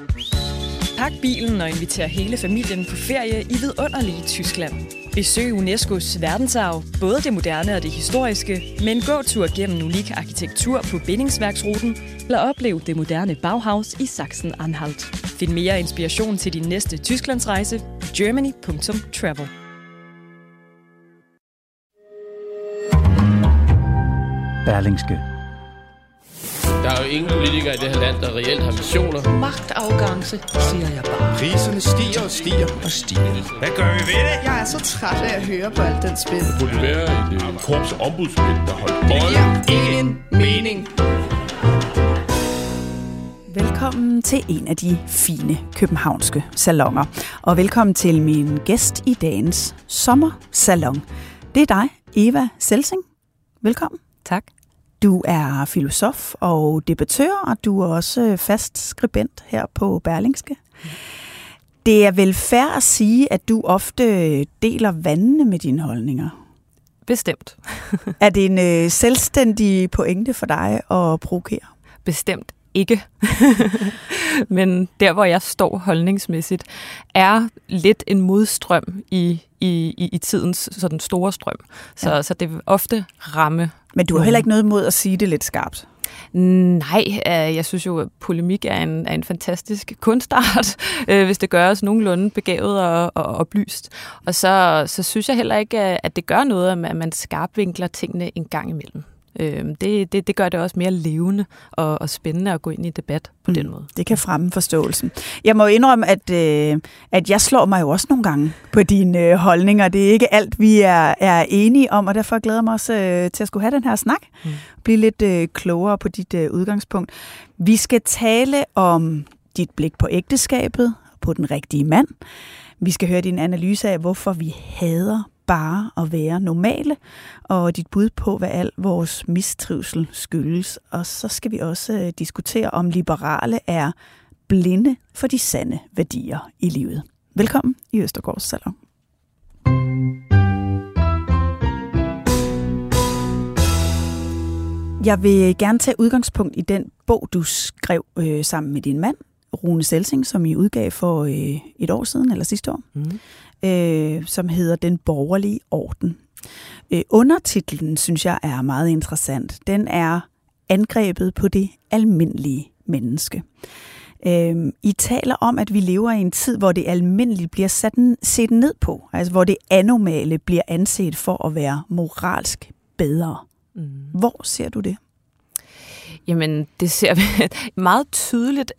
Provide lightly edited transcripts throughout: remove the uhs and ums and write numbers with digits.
Pak bilen og inviter hele familien på ferie i vidunderlige Tyskland. Besøg UNESCO's verdensarv, både det moderne og det historiske, med en gåtur gennem unik arkitektur på bindingsværksruten, eller oplev det moderne Bauhaus i Sachsen-Anhalt. Find mere inspiration til din næste Tysklandsrejse på germany.travel. Berlingske. Der er jo ingen politikere i det her land, der reelt har visioner. Magtafgangse, siger jeg bare. Priserne stiger og stiger og stiger. Hvad gør vi ved det? Jeg er så træt af at høre på alt den spil. Det burde være et korps ombudsmænd, der holdt bold. Det giver ingen mening. Velkommen til en af de fine københavnske salonger. Og velkommen til min gæst i dagens sommersalon. Det er dig, Eva Selsing. Velkommen. Tak. Du er filosof og debattør, og du er også fast skribent her på Berlingske. Det er vel fair at sige, at du ofte deler vandene med dine holdninger? Bestemt. Er det en selvstændig pointe for dig at provokere? Bestemt ikke. Men der, hvor jeg står holdningsmæssigt, er lidt en modstrøm i tidens sådan store strøm. Så det vil ofte ramme. Men du har heller ikke noget imod at sige det lidt skarpt? Nej, jeg synes jo, at polemik er en fantastisk kunstart, hvis det gøres nogenlunde begavet og oplyst. Og så synes jeg heller ikke, at det gør noget, at man skarpvinkler tingene en gang imellem. Det gør det også mere levende og spændende at gå ind i debat på den måde. Det kan fremme forståelsen. Jeg må indrømme, at jeg slår mig jo også nogle gange på dine holdninger. Det er ikke alt, vi er enige om, og derfor glæder jeg mig også til at skulle have den her snak. Blive lidt klogere på dit udgangspunkt. Vi skal tale om dit blik på ægteskabet, på den rigtige mand. Vi skal høre din analyse af, hvorfor vi hader bare at være normale, og dit bud på, hvad al vores mistrivsel skyldes. Og så skal vi også diskutere, om liberale er blinde for de sande værdier i livet. Velkommen i Østergaards Salon. Jeg vil gerne tage udgangspunkt i den bog, du skrev sammen med din mand, Rune Selsing, som I udgav for et år siden, eller sidste år. Som hedder Den borgerlige orden. Undertitlen, synes jeg, er meget interessant. Den er angrebet på det almindelige menneske. I taler om, at vi lever i en tid, hvor det almindelige bliver set ned på. Altså hvor det anormale bliver anset for at være moralsk bedre. Hvor ser du det? Jamen, det ser vi meget tydeligt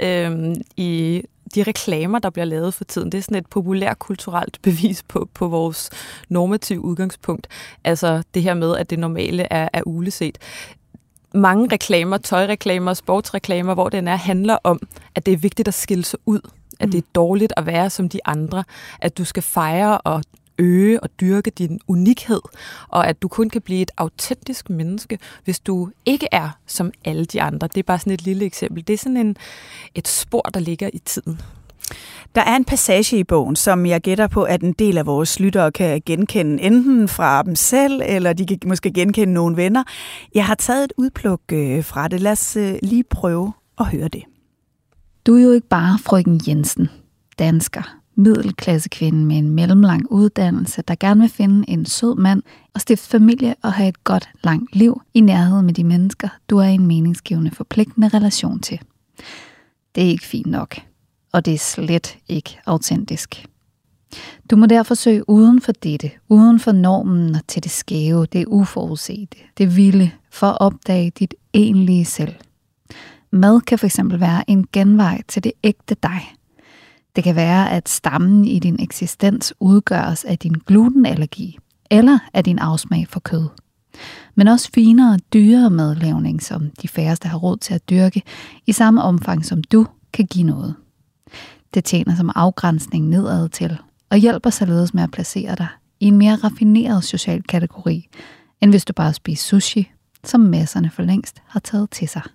i de reklamer, der bliver lavet for tiden. Det er sådan et populærkulturelt bevis på vores normative udgangspunkt. Altså det her med, at det normale er uleset. Mange reklamer, tøjreklamer, sportsreklamer, hvor den handler om, at det er vigtigt at skille sig ud. At det er dårligt at være som de andre. At du skal fejre og øge og dyrke din unikhed, og at du kun kan blive et autentisk menneske, hvis du ikke er som alle de andre. Det er bare sådan et lille eksempel. Det er sådan et spor, der ligger i tiden. Der er en passage i bogen, som jeg gætter på, at en del af vores lyttere kan genkende, enten fra dem selv, eller de kan måske genkende nogle venner. Jeg har taget et udpluk fra det. Lad os lige prøve at høre det. Du er jo ikke bare frøken Jensen, dansker, middelklassekvinde med en mellemlang uddannelse, der gerne vil finde en sød mand og stifte familie og have et godt, langt liv i nærhed med de mennesker, du er i en meningsgivende, forpligtende relation til. Det er ikke fint nok, og det er slet ikke autentisk. Du må derfor søge uden for dette, uden for normen og til det skæve, det uforudsete, det vilde, for at opdage dit egentlige selv. Mad kan fx være en genvej til det ægte dig. Det kan være, at stammen i din eksistens udgøres af din glutenallergi eller af din afsmag for kød. Men også finere, dyrere madlavning, som de færreste har råd til at dyrke, i samme omfang som du kan give noget. Det tjener som afgrænsning nedad til, og hjælper således med at placere dig i en mere raffineret social kategori, end hvis du bare spiser sushi, som masserne for længst har taget til sig.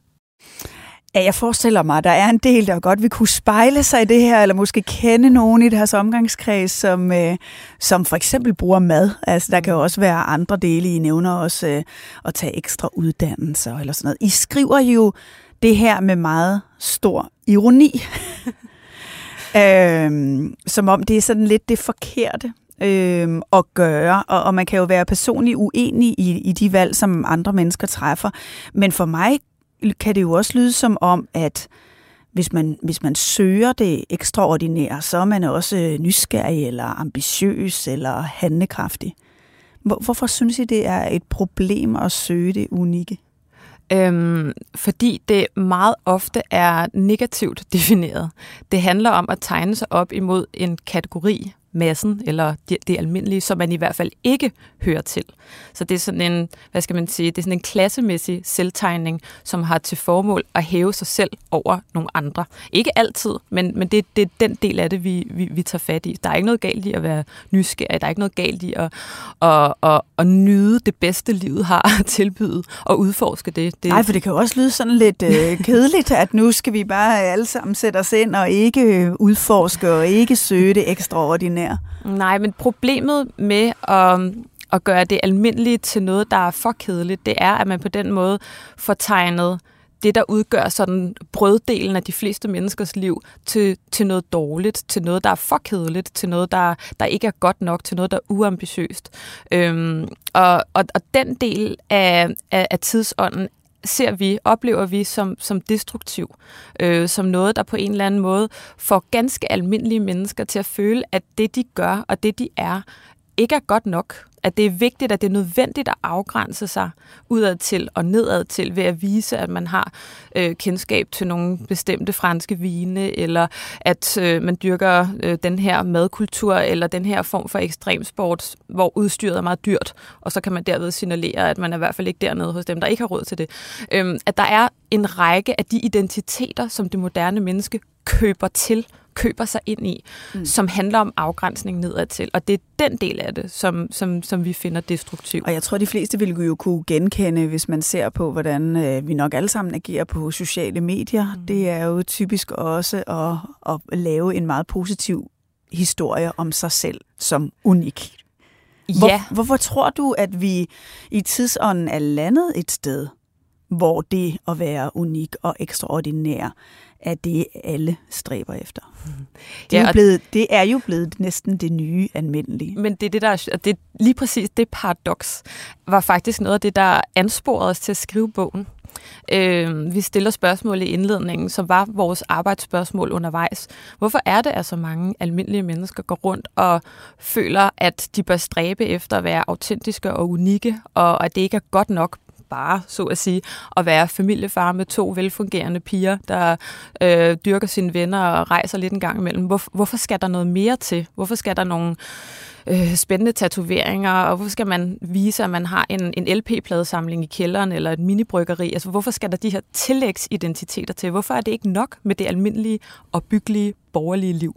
Ja, jeg forestiller mig, at der er en del, der godt vil kunne spejle sig i det her, eller måske kende nogen i deres omgangskreds, som for eksempel bruger mad. Altså, der kan jo også være andre dele, I nævner også at tage ekstra uddannelser eller sådan noget. I skriver jo det her med meget stor ironi. Som om det er sådan lidt det forkerte at gøre, og man kan jo være personligt uenig i de valg, som andre mennesker træffer. Men for mig kan det jo også lyde som om, at hvis man søger det ekstraordinære, så er man også nysgerrig, eller ambitiøs, eller handlekraftig. Hvorfor synes I, det er et problem at søge det unikke? Fordi det meget ofte er negativt defineret. Det handler om at tegne sig op imod en kategori, massen, eller det almindelige, som man i hvert fald ikke hører til. Så det er sådan en, hvad skal man sige, det er sådan en klassemæssig selvtegning, som har til formål at hæve sig selv over nogle andre. Ikke altid, men det er den del af det, vi tager fat i. Der er ikke noget galt i at være nysgerrig, der er ikke noget galt i at nyde det bedste, livet har at tilbyde, og udforske det. Nej, for det kan jo også lyde sådan lidt kedeligt, at nu skal vi bare alle sammen sætte os ind og ikke udforske og ikke søge det ekstraordinære. Nej, men problemet med at gøre det almindelige til noget, der er for kedeligt, det er, at man på den måde får tegnet det, der udgør sådan brøddelen af de fleste menneskers liv, til noget dårligt, til noget, der er for kedeligt, til noget, der ikke er godt nok, til noget, der er uambitiøst. Og den del af tidsånden oplever vi som destruktiv, som noget, der på en eller anden måde får ganske almindelige mennesker til at føle, at det, de gør, og det, de er, ikke er godt nok. At det er vigtigt, at det er nødvendigt at afgrænse sig udad til og nedad til ved at vise, at man har kendskab til nogle bestemte franske vine, eller at man dyrker den her madkultur, eller den her form for ekstremsport, hvor udstyret er meget dyrt, og så kan man derved signalere, at man er i hvert fald ikke dernede hos dem, der ikke har råd til det. At der er en række af de identiteter, som det moderne menneske køber sig ind i, som handler om afgrænsning nedad til. Og det er den del af det, som vi finder destruktiv. Og jeg tror, de fleste vil jo kunne genkende, hvis man ser på, hvordan vi nok alle sammen agerer på sociale medier. Det er jo typisk også at lave en meget positiv historie om sig selv som unik. Hvorfor tror du, at vi i tidsånden er landet et sted, hvor det at være unik og ekstraordinær er det, alle stræber efter? Det er jo blevet næsten det nye almindelige. Men det er lige præcis det paradoks, var faktisk noget af det, der ansporede os til at skrive bogen. Vi stiller spørgsmål i indledningen, som var vores arbejdsspørgsmål undervejs. Hvorfor er det, at så mange almindelige mennesker går rundt og føler, at de bør stræbe efter at være autentiske og unikke, og at det ikke er godt nok bare, så at sige, at være familiefar med 2 velfungerende piger, der dyrker sine venner og rejser lidt en gang imellem. Hvorfor skal der noget mere til? Hvorfor skal der nogle spændende tatoveringer, og hvorfor skal man vise, at man har en LP-pladesamling i kælderen eller et minibryggeri? Altså, hvorfor skal der de her tillægsidentiteter til? Hvorfor er det ikke nok med det almindelige og byggelige borgerlige liv?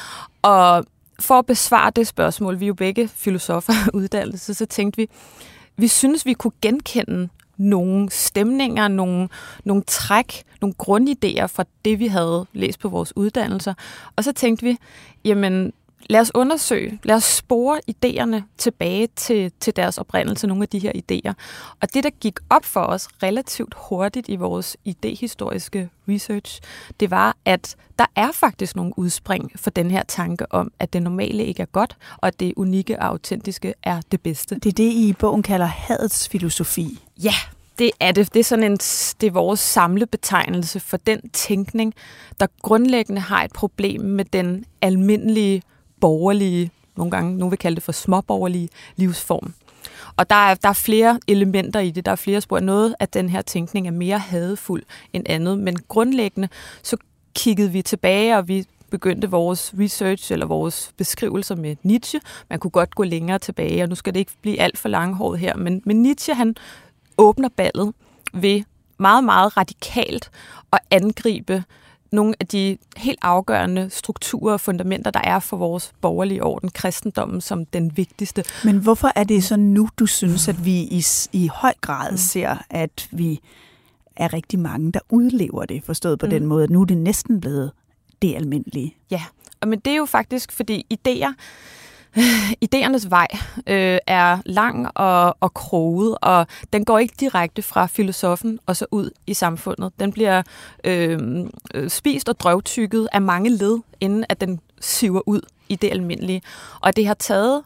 Og for at besvare det spørgsmål, vi er jo begge filosofer uddannelse, så tænkte vi synes, vi kunne genkende nogle stemninger, nogle træk, nogle grundidéer fra det, vi havde læst på vores uddannelser. Og så tænkte vi, jamen lad os undersøge, lad os spore idéerne tilbage til deres oprindelse, nogle af de her idéer. Og det, der gik op for os relativt hurtigt i vores idéhistoriske research, det var, at der er faktisk nogle udspring for den her tanke om, at det normale ikke er godt, og at det unikke og autentiske er det bedste. Det er det, I bogen kalder hadets filosofi. Ja, det er det. Det er vores samlebetegnelse for den tænkning, der grundlæggende har et problem med den almindelige borgerlige, nogle vil kalde det for småborgerlige livsform. Og der er flere elementer i det, der er flere spor. Noget af den her tænkning er mere hadefuld end andet, men grundlæggende så kiggede vi tilbage, og vi begyndte vores research eller vores beskrivelser med Nietzsche. Man kunne godt gå længere tilbage, og nu skal det ikke blive alt for langhåret her, men Nietzsche, han åbner ballet ved meget, meget radikalt at angribe nogle af de helt afgørende strukturer og fundamenter, der er for vores borgerlige orden, kristendommen som den vigtigste. Men hvorfor er det så nu, du synes, at vi i høj grad ser, at vi er rigtig mange, der udlever det, forstået på den måde, at nu er det næsten blevet det almindelige? Ja, men det er jo faktisk, fordi idéer Idéernes vej er lang og kroget, og den går ikke direkte fra filosofen og så ud i samfundet. Den bliver spist og drøvtykket af mange led, inden at den siver ud i det almindelige. Og det har taget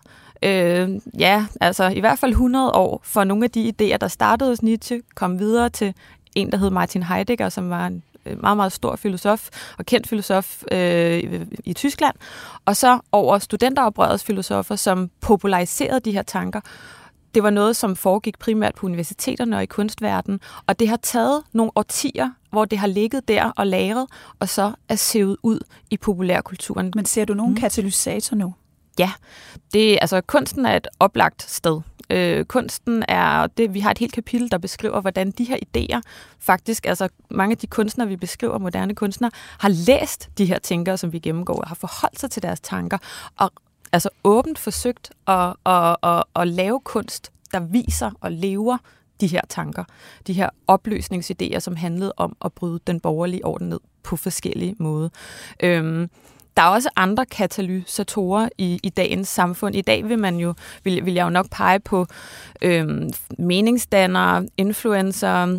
i hvert fald 100 år for nogle af de idéer, der startede hos Nietzsche, kom videre til en, der hed Martin Heidegger, som var en meget, meget stor filosof og kendt filosof i Tyskland, og så over studenteroprørets filosofer, som populariserede de her tanker. Det var noget, som foregik primært på universiteterne og i kunstverdenen, og det har taget nogle årtier, hvor det har ligget der og lagret, og så er sivet ud i populærkulturen. Men ser du nogen katalysator nu? Ja, kunsten er et oplagt sted. Kunsten er det, vi har et helt kapitel, der beskriver, hvordan de her idéer faktisk, altså mange af de kunstnere, vi beskriver, moderne kunstnere, har læst de her tænkere, som vi gennemgår, og har forholdt sig til deres tanker, og altså åbent forsøgt at lave kunst, der viser og lever de her tanker, de her opløsningsidéer, som handlede om at bryde den borgerlige orden ned på forskellige måder. Der er også andre katalysatorer i dagens samfund. I dag vil jeg jo nok pege på meningsdannere, influencer,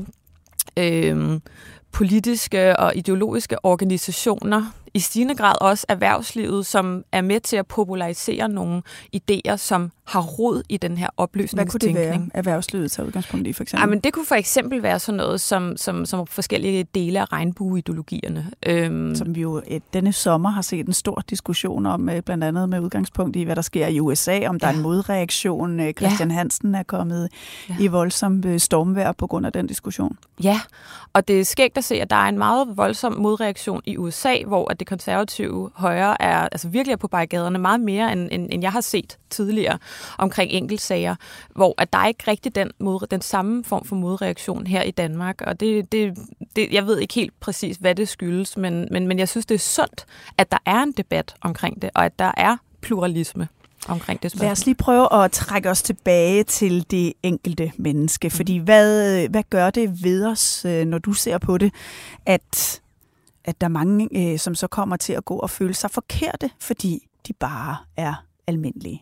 politiske og ideologiske organisationer, i stigende grad også erhvervslivet, som er med til at popularisere nogle idéer, som har rod i den her opløsningstænkning. Hvad kunne det være, erhvervslivet tager udgangspunkt i, for eksempel? Men det kunne for eksempel være sådan noget som forskellige dele af regnbueideologierne. Som vi jo denne sommer har set en stor diskussion om, blandt andet med udgangspunkt i, hvad der sker i USA, om der er en modreaktion. Christian Hansen er kommet i voldsom stormvejr på grund af den diskussion. Ja, og det er skægt at se, at der er en meget voldsom modreaktion i USA, hvor at det konservative højre er altså virkelig på barrikaderne meget mere, end jeg har set tidligere omkring enkeltsager, hvor at der er ikke rigtig den samme form for modreaktion her i Danmark. Og det, jeg ved ikke helt præcis, hvad det skyldes, men jeg synes, det er sundt, at der er en debat omkring det, og at der er pluralisme omkring det spørgsmål. Lad os lige prøve at trække os tilbage til det enkelte menneske, fordi hvad gør det ved os, når du ser på det, at der er mange, som så kommer til at gå og føle sig forkerte, fordi de bare er almindelige?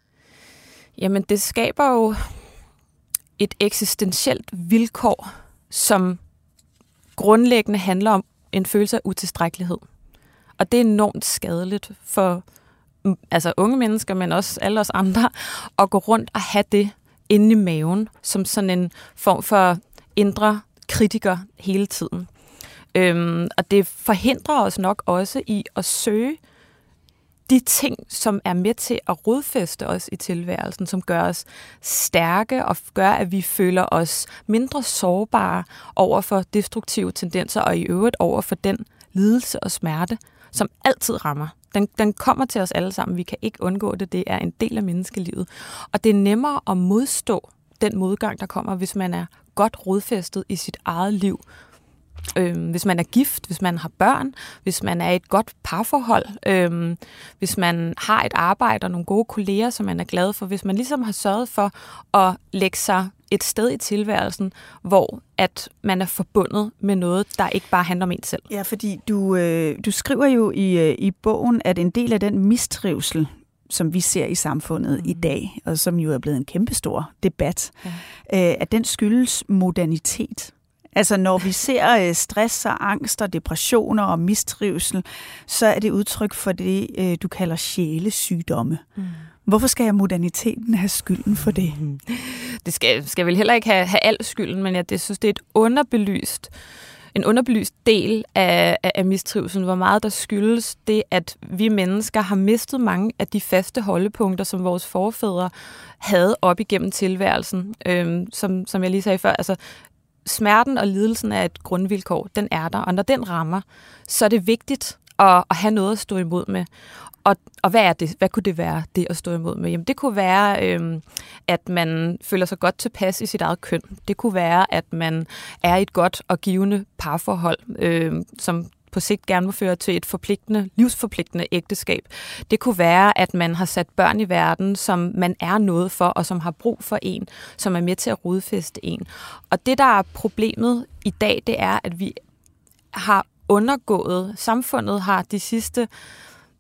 Jamen, det skaber jo et eksistentielt vilkår, som grundlæggende handler om en følelse af utilstrækkelighed. Og det er enormt skadeligt for unge mennesker, men også alle os andre, at gå rundt og have det inde i maven, som sådan en form for indre kritiker hele tiden. Og det forhindrer os nok også i at søge de ting, som er med til at rodfæste os i tilværelsen, som gør os stærke og gør, at vi føler os mindre sårbare over for destruktive tendenser og i øvrigt over for den lidelse og smerte, som altid rammer. Den kommer til os alle sammen. Vi kan ikke undgå det. Det er en del af menneskelivet. Og det er nemmere at modstå den modgang, der kommer, hvis man er godt rodfæstet i sit eget liv. Hvis man er gift, hvis man har børn, hvis man er i et godt parforhold, hvis man har et arbejde og nogle gode kolleger, som man er glad for, hvis man ligesom har sørget for at lægge sig et sted i tilværelsen, hvor at man er forbundet med noget, der ikke bare handler om en selv. Ja, fordi du skriver jo i bogen, at en del af den mistrivsel, som vi ser i samfundet i dag, og som jo er blevet en kæmpestor debat, at den skyldes modernitet. Altså når vi ser stress og angst og depressioner og mistrivsel, så er det udtryk for det, du kalder sjælesygdomme. Hvorfor skal moderniteten have skylden for det? Det skal vel heller ikke have al skylden, men jeg synes, det er en underbelyst del af mistrivselen, hvor meget der skyldes det, at vi mennesker har mistet mange af de faste holdepunkter, som vores forfædre havde op igennem tilværelsen. Som jeg lige sagde før, altså smerten og lidelsen er et grundvilkår. Den er der, og når den rammer, så er det vigtigt at have noget at stå imod med. Og hvad er det? Hvad kunne det være, det at stå imod med? Jamen, det kunne være, at man føler sig godt tilpas i sit eget køn. Det kunne være, at man er i et godt og givende parforhold, som på sigt gerne må føre til et livsforpligtende ægteskab. Det kunne være, at man har sat børn i verden, som man er noget for, og som har brug for en, som er med til at rodfæste en. Og det, der er problemet i dag, det er, at vi har undergået, samfundet har de sidste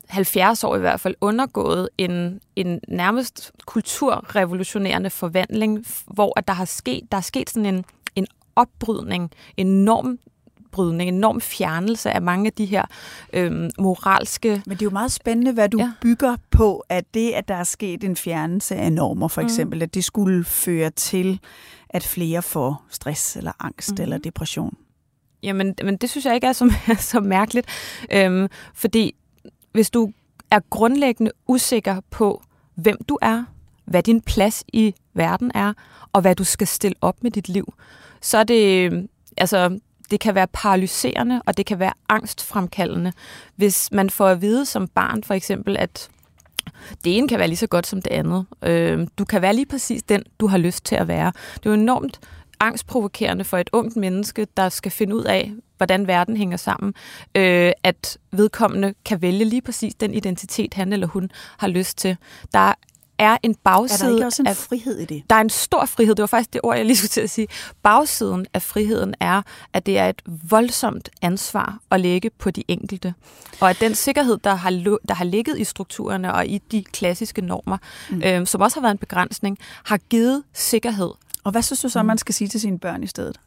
70 år i hvert fald undergået en nærmest kulturrevolutionerende forvandling, hvor at der er sket sådan en opbrydning, en enorm fjernelse af mange af de her moralske... Men det er jo meget spændende, hvad du bygger på, at det, at der er sket en fjernelse af normer, for eksempel, at det skulle føre til, at flere får stress eller angst eller depression. Jamen, men det synes jeg ikke er så mærkeligt, fordi hvis du er grundlæggende usikker på, hvem du er, hvad din plads i verden er, og hvad du skal stille op med dit liv, så er det... det kan være paralyserende, og det kan være angstfremkaldende, hvis man får at vide som barn, for eksempel, at det ene kan være lige så godt som det andet. Du kan være lige præcis den, du har lyst til at være. Det er jo enormt angstprovokerende for et ungt menneske, der skal finde ud af, hvordan verden hænger sammen, at vedkommende kan vælge lige præcis den identitet, han eller hun har lyst til. Der er en bagside... Er der ikke også en frihed i det? Der er en stor frihed. Det var faktisk det ord, jeg lige skulle til at sige. Bagsiden af friheden er, at det er et voldsomt ansvar at lægge på de enkelte. Og at den sikkerhed, der har ligget i strukturerne og i de klassiske normer, som også har været en begrænsning, har givet sikkerhed. Og hvad synes du så, man skal sige til sine børn i stedet?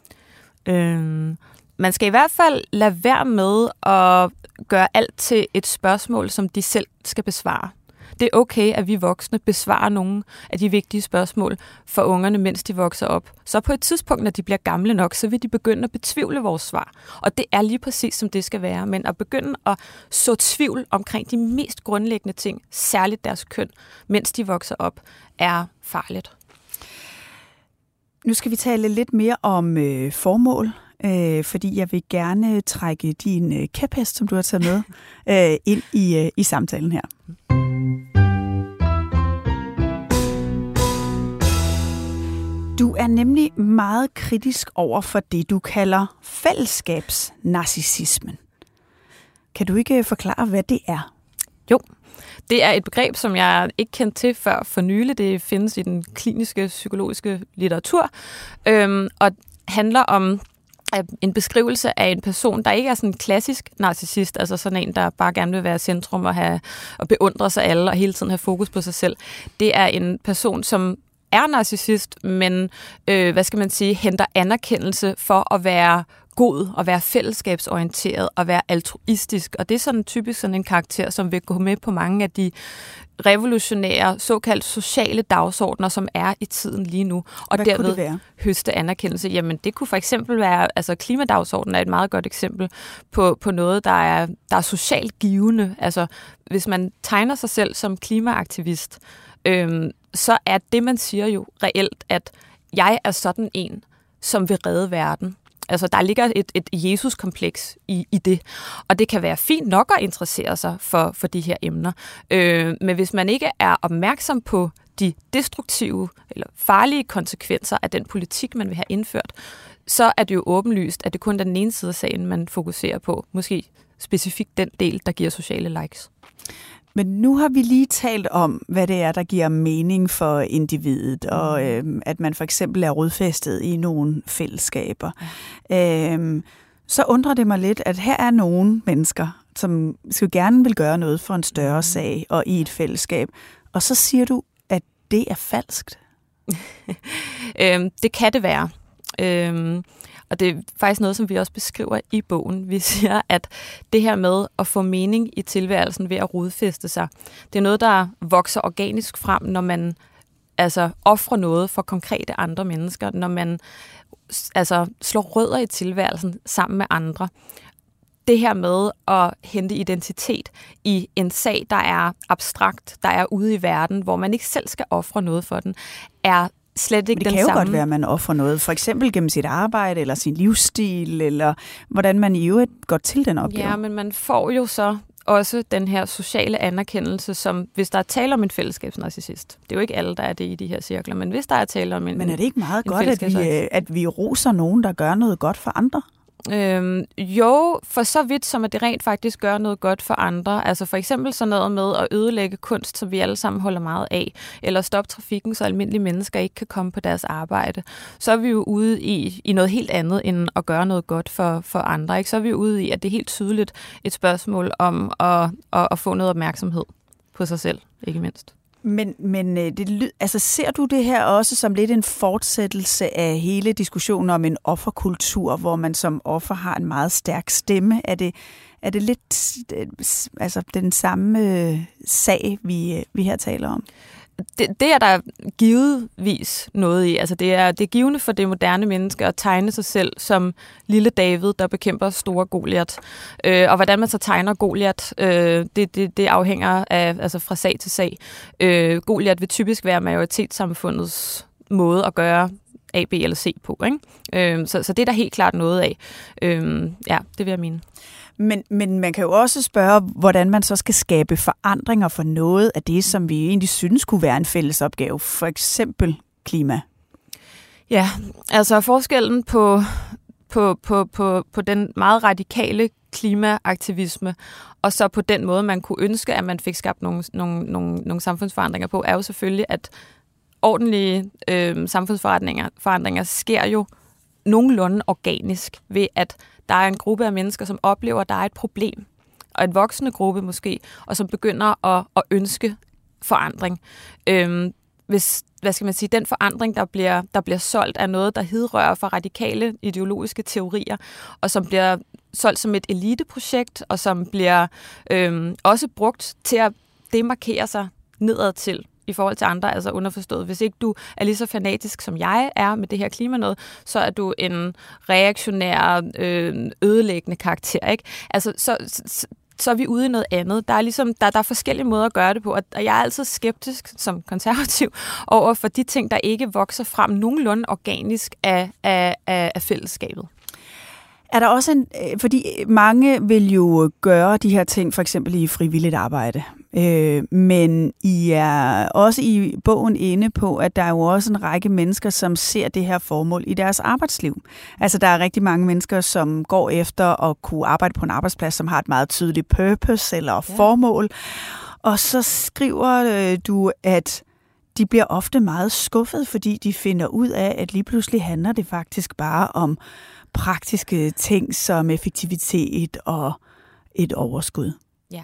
Man skal i hvert fald lade være med at gøre alt til et spørgsmål, som de selv skal besvare. Det er okay, at vi voksne besvarer nogle af de vigtige spørgsmål for ungerne, mens de vokser op. Så på et tidspunkt, når de bliver gamle nok, så vil de begynde at betvivle vores svar. Og det er lige præcis, som det skal være. Men at begynde at så tvivl omkring de mest grundlæggende ting, særligt deres køn, mens de vokser op, er farligt. Nu skal vi tale lidt mere om formål, fordi jeg vil gerne trække din kæphest, som du har taget med, ind i samtalen her. Du er nemlig meget kritisk over for det, du kalder fællesskabsnarcissismen. Kan du ikke forklare, hvad det er? Jo, det er et begreb, som jeg ikke kendte til før for nylig. Det findes i den kliniske psykologiske litteratur, og handler om en beskrivelse af en person, der ikke er sådan en klassisk narcissist, altså sådan en, der bare gerne vil være centrum og beundre sig alle og hele tiden have fokus på sig selv. Det er en person, som er narcissist, men henter anerkendelse for at være god og være fællesskabsorienteret og være altruistisk. Og det er sådan typisk sådan en karakter, som vil gå med på mange af de revolutionære, såkaldt sociale dagsordner, som er i tiden lige nu. Og hvad derved høste anerkendelse. Jamen, det kunne for eksempel være, altså klimadagsordenen er et meget godt eksempel på noget, der er socialt givende. Altså, hvis man tegner sig selv som klimaaktivist, så er det, man siger jo reelt, at jeg er sådan en, som vil redde verden. Altså, der ligger et Jesus-kompleks i det, og det kan være fint nok at interessere sig for de her emner. Men hvis man ikke er opmærksom på de destruktive eller farlige konsekvenser af den politik, man vil have indført, så er det jo åbenlyst, at det kun er den ene side af sagen, man fokuserer på. Måske specifikt den del, der giver sociale likes. Men nu har vi lige talt om, hvad det er, der giver mening for individet, og at man for eksempel er rodfæstet i nogle fællesskaber. Så undrer det mig lidt, at her er nogle mennesker, som gerne vil gøre noget for en større sag og i et fællesskab, og så siger du, at det er falskt. Det kan det være. Og det er faktisk noget, som vi også beskriver i bogen. Vi siger, at det her med at få mening i tilværelsen ved at rodfæste sig, det er noget, der vokser organisk frem, når man offrer noget for konkrete andre mennesker, når man slår rødder i tilværelsen sammen med andre. Det her med at hente identitet i en sag, der er abstrakt, der er ude i verden, hvor man ikke selv skal ofre noget for den, er slet ikke den samme. Det kan jo godt være, at man offrer noget, for eksempel gennem sit arbejde, eller sin livsstil, eller hvordan man i øvrigt går til den opgave. Ja, men man får jo så også den her sociale anerkendelse, som hvis der er tale om en fællesskabsnarcissist. Det er jo ikke alle, der er det i de her cirkler, men hvis der er tale om en. Men er det ikke meget godt, at vi roser nogen, der gør noget godt for andre? Jo, for så vidt som at det rent faktisk gør noget godt for andre. Altså for eksempel sådan noget med at ødelægge kunst, som vi alle sammen holder meget af, eller stoppe trafikken, så almindelige mennesker ikke kan komme på deres arbejde. Så er vi jo ude i noget helt andet, end at gøre noget godt for andre. Ikke? Så er vi jo ude i, at det er helt tydeligt et spørgsmål om at få noget opmærksomhed på sig selv, ikke mindst. Men ser du det her også som lidt en fortsættelse af hele diskussionen om en offerkultur, hvor man som offer har en meget stærk stemme? Er det lidt den samme sag, vi her taler om? Det er der givetvis noget i. Altså det er givende for det moderne menneske at tegne sig selv som lille David, der bekæmper store Goliat. Og hvordan man så tegner Goliat, det afhænger af, altså fra sag til sag. Goliat vil typisk være majoritetssamfundets måde at gøre A, B eller C på. Ikke? Så det er der helt klart noget af. Det vil jeg mene. Men man kan jo også spørge, hvordan man så skal skabe forandringer for noget af det, som vi egentlig synes kunne være en fælles opgave. For eksempel klima. Ja, altså forskellen på den meget radikale klimaaktivisme, og så på den måde, man kunne ønske, at man fik skabt nogle samfundsforandringer på, er jo selvfølgelig, at ordentlige samfundsforandringer sker jo nogenlunde organisk ved, at der er en gruppe af mennesker, som oplever, at der er et problem, og en voksende gruppe måske, og som begynder at ønske forandring. Hvis, den forandring, der bliver solgt, er noget, der hidrører fra radikale ideologiske teorier, og som bliver solgt som et eliteprojekt, og som bliver også brugt til at demarkere sig nedad til i forhold til andre, altså underforstået. Hvis ikke du er lige så fanatisk, som jeg er med det her klimanød, så er du en reaktionær, ødelæggende karakter, ikke? Altså, så er vi ude i noget andet. Der er ligesom, der er forskellige måder at gøre det på, og jeg er altid skeptisk som konservativ over for de ting, der ikke vokser frem nogenlunde organisk af fællesskabet. Er der også fordi mange vil jo gøre de her ting, for eksempel i frivilligt arbejde, men I er også i bogen inde på, at der er jo også en række mennesker, som ser det her formål i deres arbejdsliv. Altså der er rigtig mange mennesker, som går efter at kunne arbejde på en arbejdsplads, som har et meget tydeligt purpose eller formål. Og så skriver du, at de bliver ofte meget skuffet, fordi de finder ud af, at lige pludselig handler det faktisk bare om praktiske ting som effektivitet og et overskud. Ja,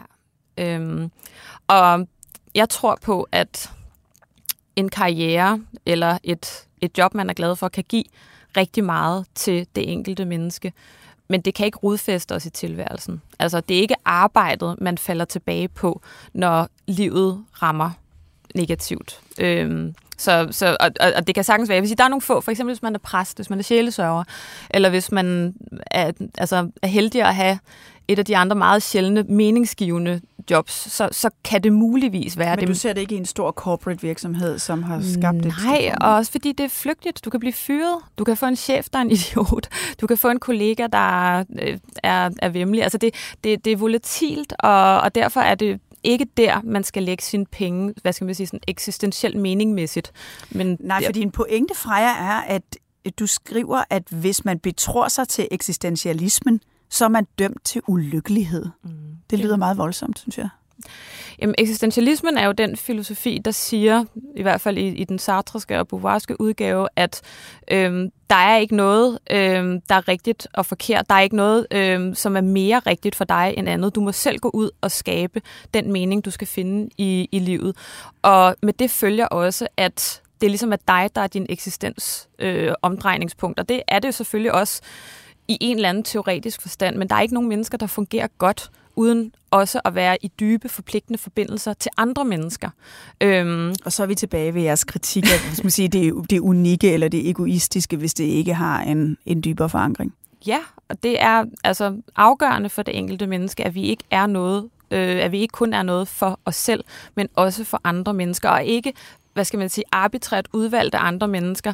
og jeg tror på, at en karriere eller et job, man er glad for, kan give rigtig meget til det enkelte menneske. Men det kan ikke rodfæste os i tilværelsen. Altså, det er ikke arbejdet, man falder tilbage på, når livet rammer negativt. Og det kan sagtens være. Jeg vil sige, der er nogle få, for eksempel hvis man er præst, hvis man er sjælesørger, eller hvis man er heldig at have et af de andre meget sjældne, meningsgivende jobs, så kan det muligvis være det. Men du ser det ikke i en stor corporate virksomhed, som har skabt det? Nej, og også fordi det er flygtigt. Du kan blive fyret. Du kan få en chef, der er en idiot. Du kan få en kollega, der er væmmelig. Altså det er volatilt, og derfor er det ikke der, man skal lægge sine penge, sådan eksistentielt meningmæssigt. Men nej, for din pointe, Freja, er, at du skriver, at hvis man betror sig til eksistentialismen, så er man dømt til ulykkelighed. Det lyder meget voldsomt, synes jeg. Jamen, eksistentialismen er jo den filosofi, der siger, i hvert fald i den sartreske og beauvoirske udgave, at der er ikke noget, der er rigtigt og forkert. Der er ikke noget, som er mere rigtigt for dig end andet. Du må selv gå ud og skabe den mening, du skal finde i livet. Og med det følger også, at det er ligesom at dig, der er din eksistens omdrejningspunkt. Og det er det jo selvfølgelig også i en eller anden teoretisk forstand, men der er ikke nogen mennesker, der fungerer godt, uden også at være i dybe, forpligtende forbindelser til andre mennesker. Og så er vi tilbage ved jeres kritik af det unikke eller det egoistiske, hvis det ikke har en dybere forankring. Ja, og det er altså afgørende for det enkelte menneske, at vi ikke er noget, at vi ikke kun er noget for os selv, men også for andre mennesker, og ikke arbitrært udvalgte andre mennesker,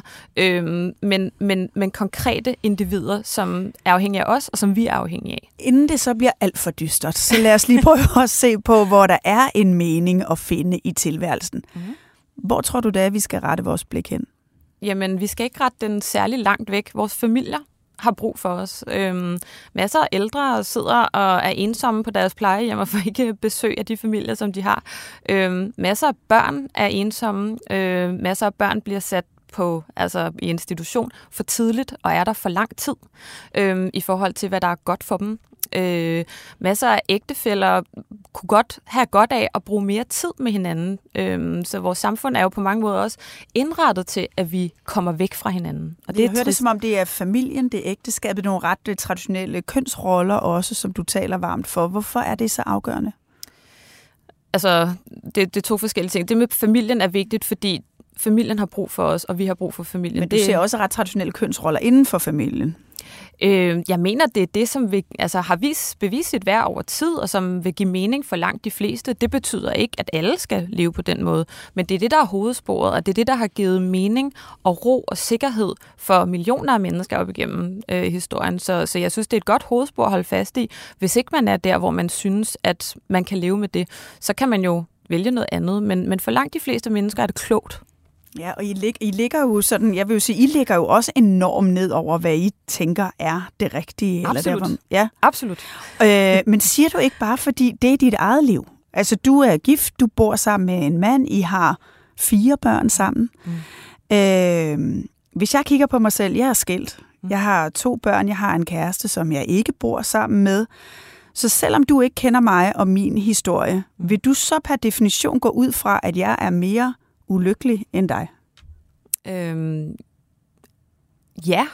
men konkrete individer, som er afhængige af os, og som vi er afhængige af. Inden det så bliver alt for dystert, så lad os lige prøve at se på, hvor der er en mening at finde i tilværelsen. Hvor tror du da, vi skal rette vores blik hen? Jamen, vi skal ikke rette den særlig langt væk. Vores familier har brug for os. Masser af ældre sidder og er ensomme på deres plejehjem og får ikke besøg af de familier, som de har. Masser af børn er ensomme. Masser af børn bliver sat i institution for tidligt og er der for lang tid i forhold til, hvad der er godt for dem. Masser af ægtefæller kunne godt have godt af at bruge mere tid med hinanden. Så vores samfund er jo på mange måder også indrettet til, at vi kommer væk fra hinanden. Og jeg hører det, som om det er familien, det er ægteskabet, nogle ret traditionelle kønsroller også, som du taler varmt for. Hvorfor er det så afgørende? Altså, det er to forskellige ting. Det med familien er vigtigt, fordi familien har brug for os, og vi har brug for familien. Men du ser også ret traditionelle kønsroller inden for familien. Jeg mener, det er det, som har bevist sit værd over tid, og som vil give mening for langt de fleste. Det betyder ikke, at alle skal leve på den måde, men det er det, der er hovedsporet, og det er det, der har givet mening og ro og sikkerhed for millioner af mennesker op igennem historien. Så jeg synes, det er et godt hovedspor at holde fast i. Hvis ikke man er der, hvor man synes, at man kan leve med det, så kan man jo vælge noget andet. Men for langt de fleste mennesker er det klogt. Ja, og I ligger jo sådan, jeg vil jo sige, I ligger jo også enormt ned over, hvad I tænker er det rigtige. Absolut. Eller ja. Absolut. Men siger du ikke bare, fordi det er dit eget liv? Altså, du er gift, du bor sammen med en mand, I har 4 børn sammen. Hvis jeg kigger på mig selv, jeg er skilt. Jeg har 2 børn, jeg har en kæreste, som jeg ikke bor sammen med. Så selvom du ikke kender mig og min historie, vil du så per definition gå ud fra, at jeg er mere ulykkelig end dig? Ja.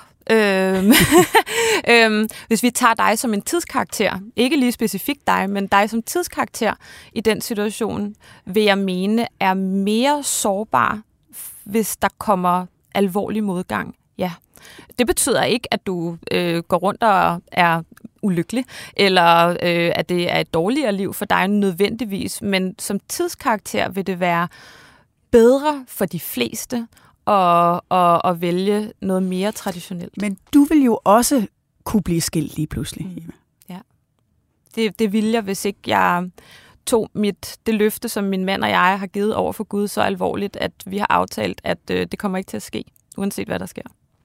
Hvis vi tager dig som en tidskarakter, ikke lige specifikt dig, men dig som tidskarakter i den situation, vil jeg mene er mere sårbar, hvis der kommer alvorlig modgang. Ja. Det betyder ikke, at du går rundt og er ulykkelig, eller at det er et dårligere liv for dig nødvendigvis, men som tidskarakter vil det være bedre for de fleste at vælge noget mere traditionelt. Men du vil jo også kunne blive skilt lige pludselig. Ja. Det vil jeg, hvis ikke jeg tog det løfte, som min mand og jeg har givet over for Gud, så alvorligt, at vi har aftalt, at det kommer ikke til at ske, uanset hvad der sker.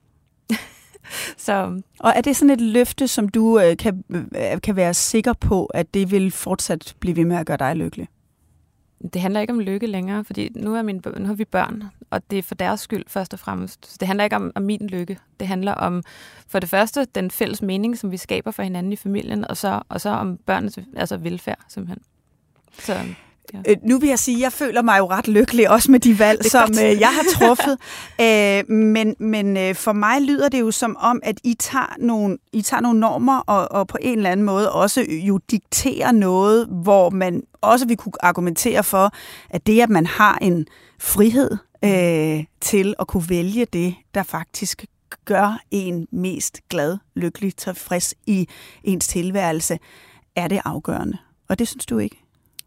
Så. Og er det sådan et løfte, som du kan være sikker på, at det vil fortsat blive ved med at gøre dig lykkelig? Det handler ikke om lykke længere, fordi nu har vi børn, og det er for deres skyld først og fremmest. Så det handler ikke om min lykke. Det handler om, for det første, den fælles mening, som vi skaber for hinanden i familien, og så om børnenes velfærd, simpelthen. Så, ja. Nu vil jeg sige, at jeg føler mig jo ret lykkelig, også med de valg, som jeg har truffet. Men for mig lyder det jo som om, at I tager nogle normer, og på en eller anden måde også jo dikterer noget, hvor man også vil kunne argumentere for, at det, at man har en frihed til at kunne vælge det, der faktisk gør en mest glad, lykkelig, tilfreds i ens tilværelse, er det afgørende. Og det synes du ikke?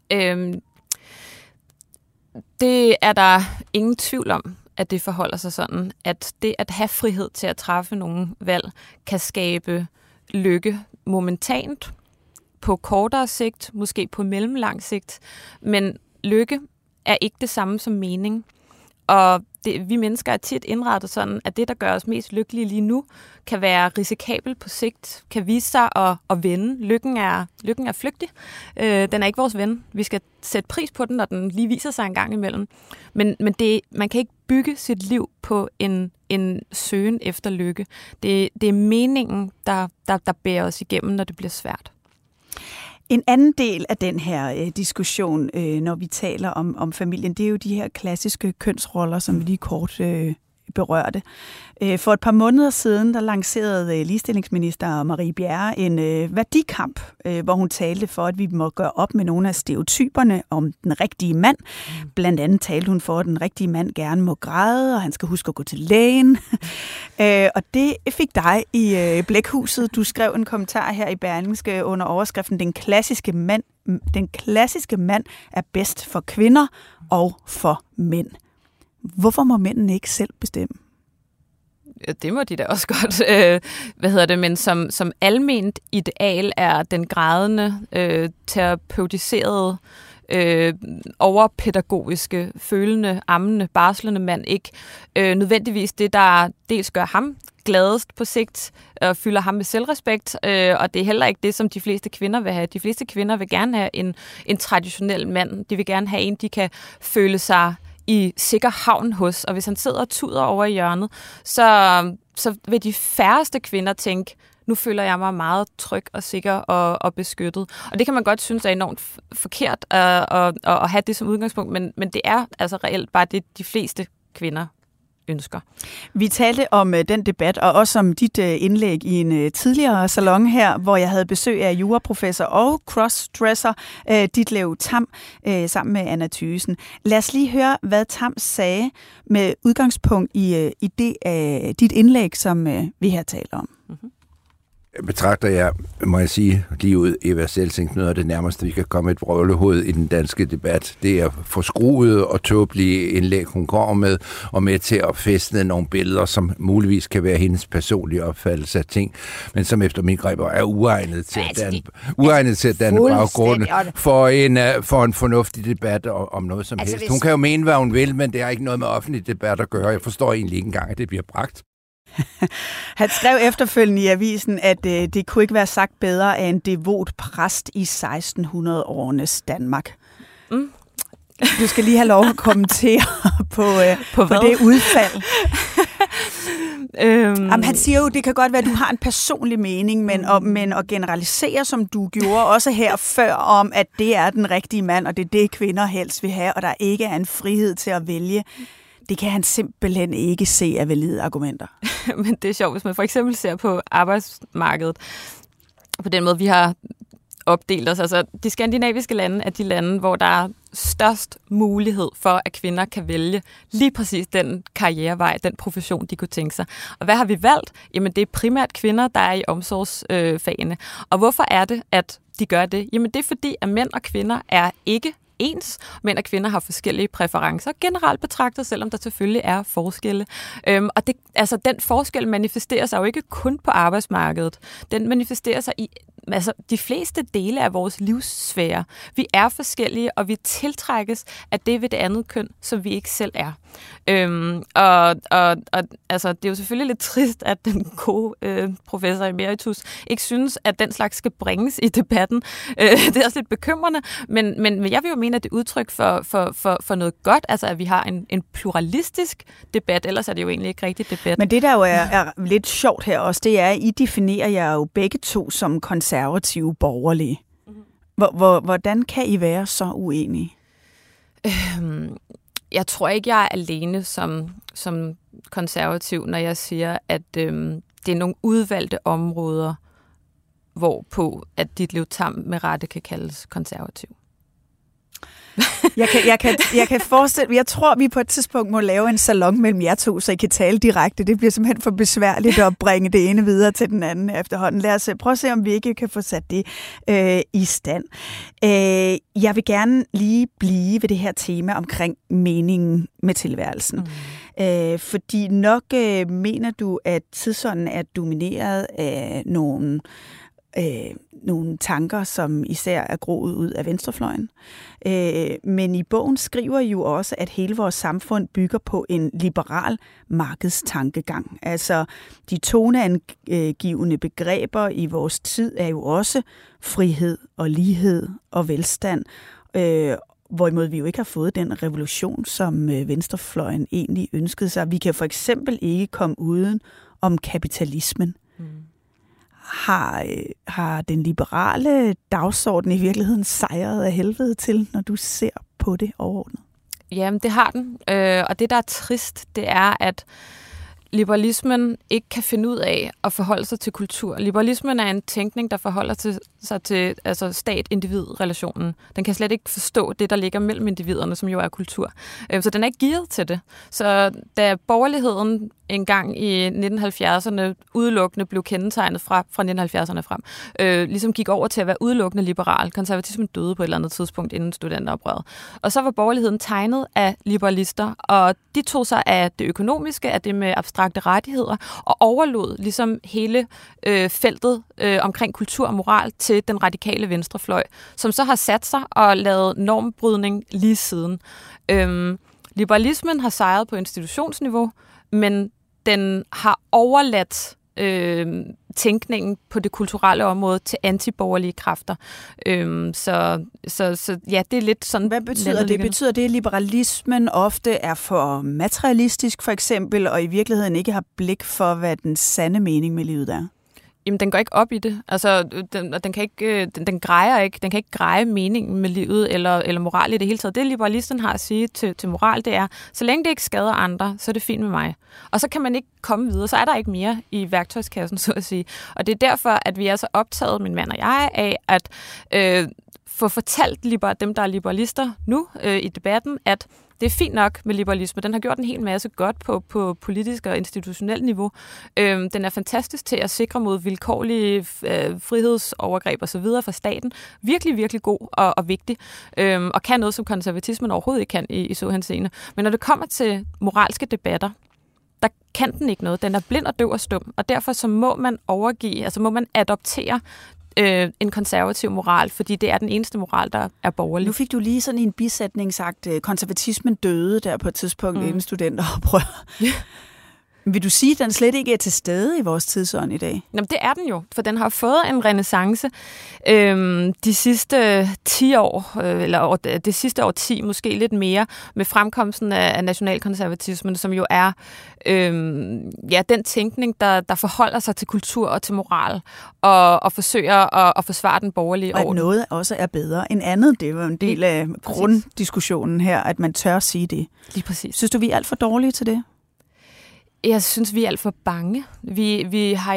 Det er der ingen tvivl om, at det forholder sig sådan, at det at have frihed til at træffe nogle valg, kan skabe lykke momentant, på kortere sigt, måske på mellemlang sigt, men lykke er ikke det samme som mening. Og vi mennesker er tit indrettet sådan, at det, der gør os mest lykkelige lige nu, kan være risikabelt på sigt, kan vise sig at vende. Lykken er flygtig. Den er ikke vores ven. Vi skal sætte pris på den, når den lige viser sig en gang imellem. Men man kan ikke bygge sit liv på en søgen efter lykke. Det er meningen, der bærer os igennem, når det bliver svært. En anden del af den her diskussion, når vi taler om familien, det er jo de her klassiske kønsroller, som vi lige kort berørte. For et par måneder siden, der lancerede ligestillingsminister Marie Bjerre en værdikamp, hvor hun talte for, at vi må gøre op med nogle af stereotyperne om den rigtige mand. Blandt andet talte hun for, at den rigtige mand gerne må græde, og han skal huske at gå til lægen. Og det fik dig i Blækhuset. Du skrev en kommentar her i Berlingske under overskriften, den klassiske mand er bedst for kvinder og for mænd. Hvorfor må mændene ikke selv bestemme? Det må de da også godt. Men som alment ideal er den grædende, terapeutiserede, overpædagogiske, følende, ammende, barslende mand ikke nødvendigvis det, der dels gør ham gladest på sigt og fylder ham med selvrespekt, og det er heller ikke det, som de fleste kvinder vil have. De fleste kvinder vil gerne have en traditionel mand. De vil gerne have en, de kan føle sig i sikker havn hos, og hvis han sidder og tuder over i hjørnet, så vil de færreste kvinder tænke, nu føler jeg mig meget tryg og sikker og beskyttet. Og det kan man godt synes er enormt forkert at have det som udgangspunkt, men det er altså reelt bare det, de fleste kvinder ønsker. Vi talte om den debat, og også om dit indlæg i en tidligere salon her, hvor jeg havde besøg af juraprofessor og crossdresser Ditlev Tamm sammen med Anna Thygesen. Lad os lige høre, hvad Tamm sagde med udgangspunkt i dit indlæg, som vi her taler om. Mm-hmm. Betragter jeg, må jeg sige, lige ud Eva Selsing, noget af det nærmeste, vi kan komme et vrøvlehoved i den danske debat. Det er forskruede og tåbelige indlæg, hun går med, og med til at fæstne nogle billeder, som muligvis kan være hendes personlige opfattelse af ting, men som efter min greb er uegnet til at danne baggrund for en fornuftig debat om noget som helst. Hun kan jo mene, hvad hun vil, men det har ikke noget med offentlig debat at gøre. Jeg forstår egentlig ikke engang, at det bliver bragt. Han skrev efterfølgende i avisen, at det kunne ikke være sagt bedre af en devot præst i 1600-årenes Danmark. Mm. Du skal lige have lov at kommentere på det udfald. Jamen, han siger jo, det kan godt være, at du har en personlig mening, men at generalisere, som du gjorde også her før, om at det er den rigtige mand, og det er det, kvinder helst vil have, og der ikke er en frihed til at vælge. Det kan han simpelthen ikke se af valide argumenter. Men det er sjovt, hvis man for eksempel ser på arbejdsmarkedet, på den måde, vi har opdelt os. Altså, de skandinaviske lande er de lande, hvor der er størst mulighed for, at kvinder kan vælge lige præcis den karrierevej, den profession, de kunne tænke sig. Og hvad har vi valgt? Jamen, det er primært kvinder, der er i omsorgsfagene. Og hvorfor er det, at de gør det? Jamen, det er fordi, at mænd og kvinder er ikke ens. Mænd og kvinder har forskellige præferencer, generelt betragtet, selvom der selvfølgelig er forskelle. Og den forskel manifesterer sig jo ikke kun på arbejdsmarkedet. Den manifesterer sig i de fleste dele af vores livssfære. Vi er forskellige, og vi tiltrækkes af det ved det andet køn, som vi ikke selv er. Det er jo selvfølgelig lidt trist, at den gode professor emeritus ikke synes, at den slags skal bringes i debatten. Det er også lidt bekymrende, men jeg vil jo mene, at det er udtryk for noget godt, altså at vi har en pluralistisk debat, ellers er det jo egentlig ikke rigtig debat. Men det, der jo er lidt sjovt her også, det er, at I definerer jer jo begge to som konservative borgerlige. Mm-hmm. Hvordan kan I være så uenige? Jeg tror ikke, jeg er alene som konservativ, når jeg siger, at det er nogle udvalgte områder, hvorpå at Ditlev Tamm med rette kan kaldes konservativ. Jeg kan forestille, jeg tror, vi på et tidspunkt må lave en salon mellem jer to, så I kan tale direkte. Det bliver simpelthen for besværligt at bringe det ene videre til den anden efterhånden. Lad os prøve at se, om vi ikke kan få sat det i stand. Jeg vil gerne lige blive ved det her tema omkring meningen med tilværelsen. Fordi nok mener du, at tidsånden er domineret af nogle tanker, som især er groet ud af venstrefløjen. Men i bogen skriver I jo også, at hele vores samfund bygger på en liberal markedstankegang. Altså, de toneangivende begreber i vores tid er jo også frihed og lighed og velstand, hvorimod vi jo ikke har fået den revolution, som venstrefløjen egentlig ønskede sig. Vi kan for eksempel ikke komme uden om kapitalismen. Har den liberale dagsorden i virkeligheden sejret af helvede til, når du ser på det overordnet? Jamen, det har den. Og det, der er trist, det er, at liberalismen ikke kan finde ud af at forholde sig til kultur. Liberalismen er en tænkning, der forholder sig til stat-individ-relationen. Den kan slet ikke forstå det, der ligger mellem individerne, som jo er kultur. Så den er ikke gearet til det. Så da borgerligheden engang i 1970'erne udelukkende blev kendetegnet fra 1970'erne frem, ligesom gik over til at være udelukkende liberal. Konservatismen døde på et eller andet tidspunkt inden studenteroprøret. Og så var borgerligheden tegnet af liberalister, og de tog sig af det økonomiske, af det med abstrakte rettigheder, og overlod ligesom hele feltet omkring kultur og moral til den radikale venstrefløj, som så har sat sig og lavet normbrydning lige siden. Liberalismen har sejret på institutionsniveau, men den har overladt tænkningen på det kulturelle område til antiborgerlige kræfter. Så ja, det er lidt sådan... Hvad betyder det? Betyder det, at liberalismen ofte er for materialistisk, for eksempel, og i virkeligheden ikke har blik for, hvad den sande mening med livet er? Jamen, den går ikke op i det. Altså, den kan ikke, den grejer ikke. Den kan ikke greje meningen med livet eller moral i det hele taget. Det, liberalisten har at sige til moral, det er, så længe det ikke skader andre, så er det fint med mig. Og så kan man ikke komme videre. Så er der ikke mere i værktøjskassen, så at sige. Og det er derfor, at vi er så optaget, min mand og jeg, af at få fortalt dem, der er liberalister nu i debatten, at det er fint nok med liberalisme. Den har gjort en hel masse godt på politisk og institutionelt niveau. Den er fantastisk til at sikre mod vilkårlige frihedsovergreb og så videre fra staten. Virkelig, virkelig god og vigtig. Og kan noget, som konservatismen overhovedet ikke kan i så henseende. Men når det kommer til moralske debatter, der kan den ikke noget. Den er blind og døv og stum. Og derfor så må man overgive, altså må man adoptere en konservativ moral, fordi det er den eneste moral, der er borgerlig. Nu fik du lige sådan en bisætning sagt, konservatismen døde der på et tidspunkt inden studenteroprør. Vil du sige, at den slet ikke er til stede i vores tidsånd i dag? Jamen, det er den jo, for den har fået en renæssance de sidste 10 år, eller det sidste årti måske lidt mere, med fremkomsten af nationalkonservatismen, som jo er den tænkning, der forholder sig til kultur og til moral, og forsøger at forsvare den borgerlige orden. Og noget også er bedre end andet. Det er jo en del af grunddiskussionen her, at man tør sige det. Lige præcis. Synes du, vi er alt for dårlige til det? Jeg synes, vi er alt for bange. Vi har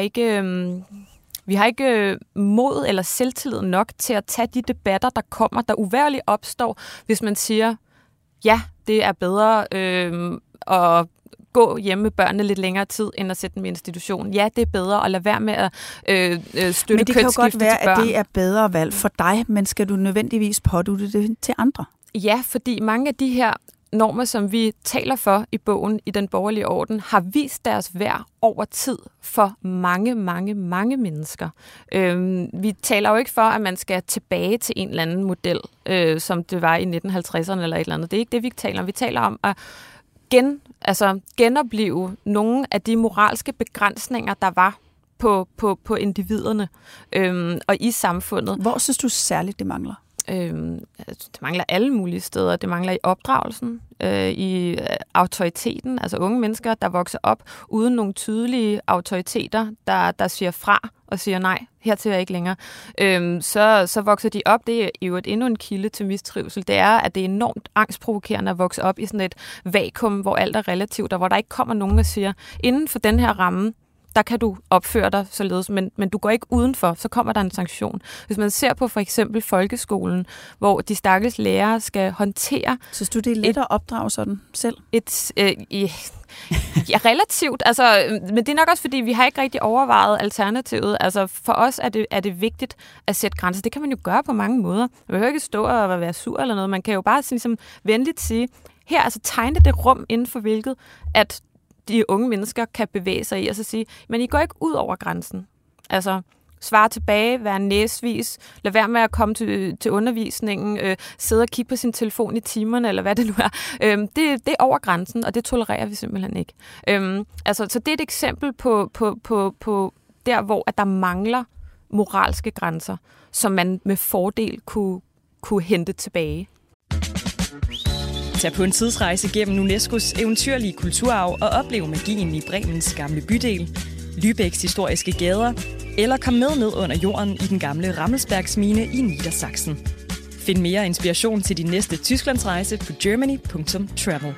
ikke mod eller selvtillid nok til at tage de debatter, der kommer, der uværligt opstår, hvis man siger, ja, det er bedre at gå hjemme med børnene lidt længere tid, end at sætte dem i institution. Ja, det er bedre at lade være med at støtte kønsskifte til børn. Men det kan jo godt være, at det er bedre valg for dig, men skal du nødvendigvis pådutte det til andre? Ja, fordi mange af de her normer, som vi taler for i bogen i Den borgerlige orden, har vist deres værd over tid for mange, mange, mange mennesker. Vi taler jo ikke for, at man skal tilbage til en eller anden model, som det var i 1950'erne eller et eller andet. Det er ikke det, vi taler om. Vi taler om at genopleve nogle af de moralske begrænsninger, der var på individerne og i samfundet. Hvor synes du særligt, det mangler? Det mangler alle mulige steder. Det mangler i opdragelsen, i autoriteten, altså unge mennesker, der vokser op uden nogle tydelige autoriteter, der siger fra og siger nej, hertil er jeg ikke længere. Så vokser de op. Det er jo endnu en kilde til mistrivsel. Det er, at det er enormt angstprovokerende at vokse op i sådan et vakuum, hvor alt er relativt, og hvor der ikke kommer nogen, der siger, inden for den her ramme, der kan du opføre dig således, men du går ikke udenfor, så kommer der en sanktion. Hvis man ser på for eksempel folkeskolen, hvor de stakkels lærere skal håndtere... Synes du, det er let at opdrage sådan selv? Ja, relativt. Altså, men det er nok også, fordi vi har ikke rigtig overvejet alternativet. Altså, for os er det vigtigt at sætte grænser. Det kan man jo gøre på mange måder. Man behøver ikke stå og være sur eller noget. Man kan jo bare ligesom venligt sige, her altså tegne det rum inden for hvilket, at de unge mennesker kan bevæge sig i, og så sige, men I går ikke ud over grænsen. Altså, svare tilbage, være næsvis, lad være med at komme til undervisningen, sidde og kigge på sin telefon i timerne, eller hvad det nu er. Det er over grænsen, og det tolererer vi simpelthen ikke. Så det er et eksempel på der, hvor at der mangler moralske grænser, som man med fordel kunne hente tilbage. Tag på en tidsrejse gennem UNESCO's eventyrlige kulturarv og opleve magien i Bremens gamle bydel, Lübecks historiske gader, eller kom med ned under jorden i den gamle Rammelsbergsmine i Niedersachsen. Find mere inspiration til din næste Tysklandsrejse på germany.travel.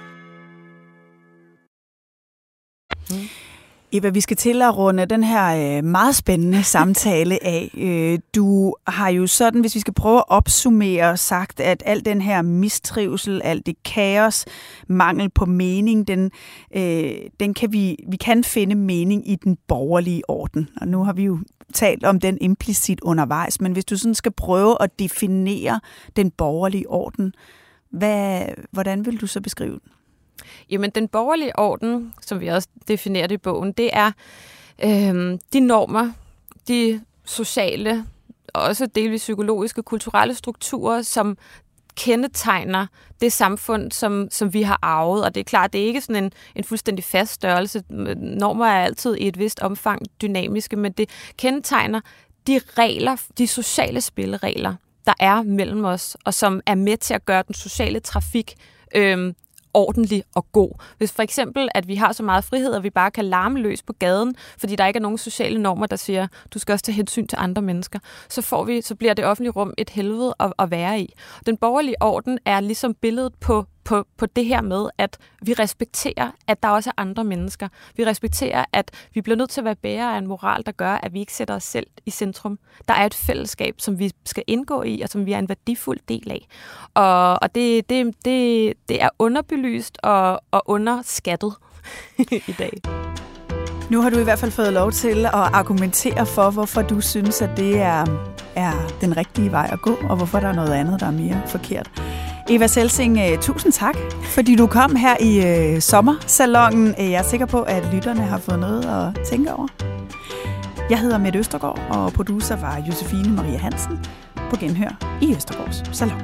Eva, vi skal til at runde den her meget spændende samtale af. Du har jo sådan, hvis vi skal prøve at opsummere, sagt, at al den her mistrivsel, alt det kaos, mangel på mening, den kan vi kan finde mening i den borgerlige orden. Og nu har vi jo talt om den implicit undervejs, men hvis du sådan skal prøve at definere den borgerlige orden, hvordan vil du så beskrive den? Jamen, den borgerlige orden, som vi også definerer det i bogen, det er de normer, de sociale, også delvis psykologiske, kulturelle strukturer, som kendetegner det samfund, som vi har arvet. Og det er klart, det er ikke sådan en fuldstændig fast størrelse. Normer er altid i et vist omfang dynamiske, men det kendetegner de regler, de sociale spilleregler, der er mellem os, og som er med til at gøre den sociale trafik ordentlig og god. Hvis for eksempel, at vi har så meget frihed, at vi bare kan larme løs på gaden, fordi der ikke er nogen sociale normer, der siger, du skal også tage hensyn til andre mennesker, så bliver det offentlige rum et helvede at være i. Den borgerlige orden er ligesom billedet på det her med, at vi respekterer, at der også er andre mennesker. Vi respekterer, at vi bliver nødt til at være bærere af en moral, der gør, at vi ikke sætter os selv i centrum. Der er et fællesskab, som vi skal indgå i, og som vi er en værdifuld del af. Og det er underbelyst og underskattet i dag. Nu har du i hvert fald fået lov til at argumentere for, hvorfor du synes, at det er den rigtige vej at gå, og hvorfor der er noget andet, der er mere forkert. Eva Selsing, tusind tak, fordi du kom her i sommersalonen. Jeg er sikker på, at lytterne har fået noget at tænke over. Jeg hedder Mette Østergaard, og producer var Josefine Maria Hansen. På genhør i Østergaards Salon.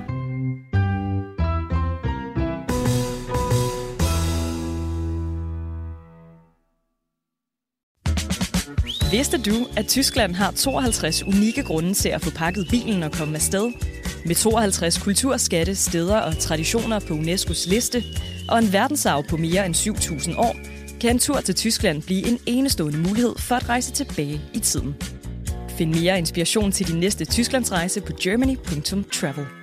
Vidste du, at Tyskland har 52 unikke grunde til at få pakket bilen og komme afsted? Med 52 kulturskatte, steder og traditioner på UNESCO's liste, og en verdensarv på mere end 7.000 år, kan en tur til Tyskland blive en enestående mulighed for at rejse tilbage i tiden. Find mere inspiration til din næste Tysklandsrejse på germany.travel.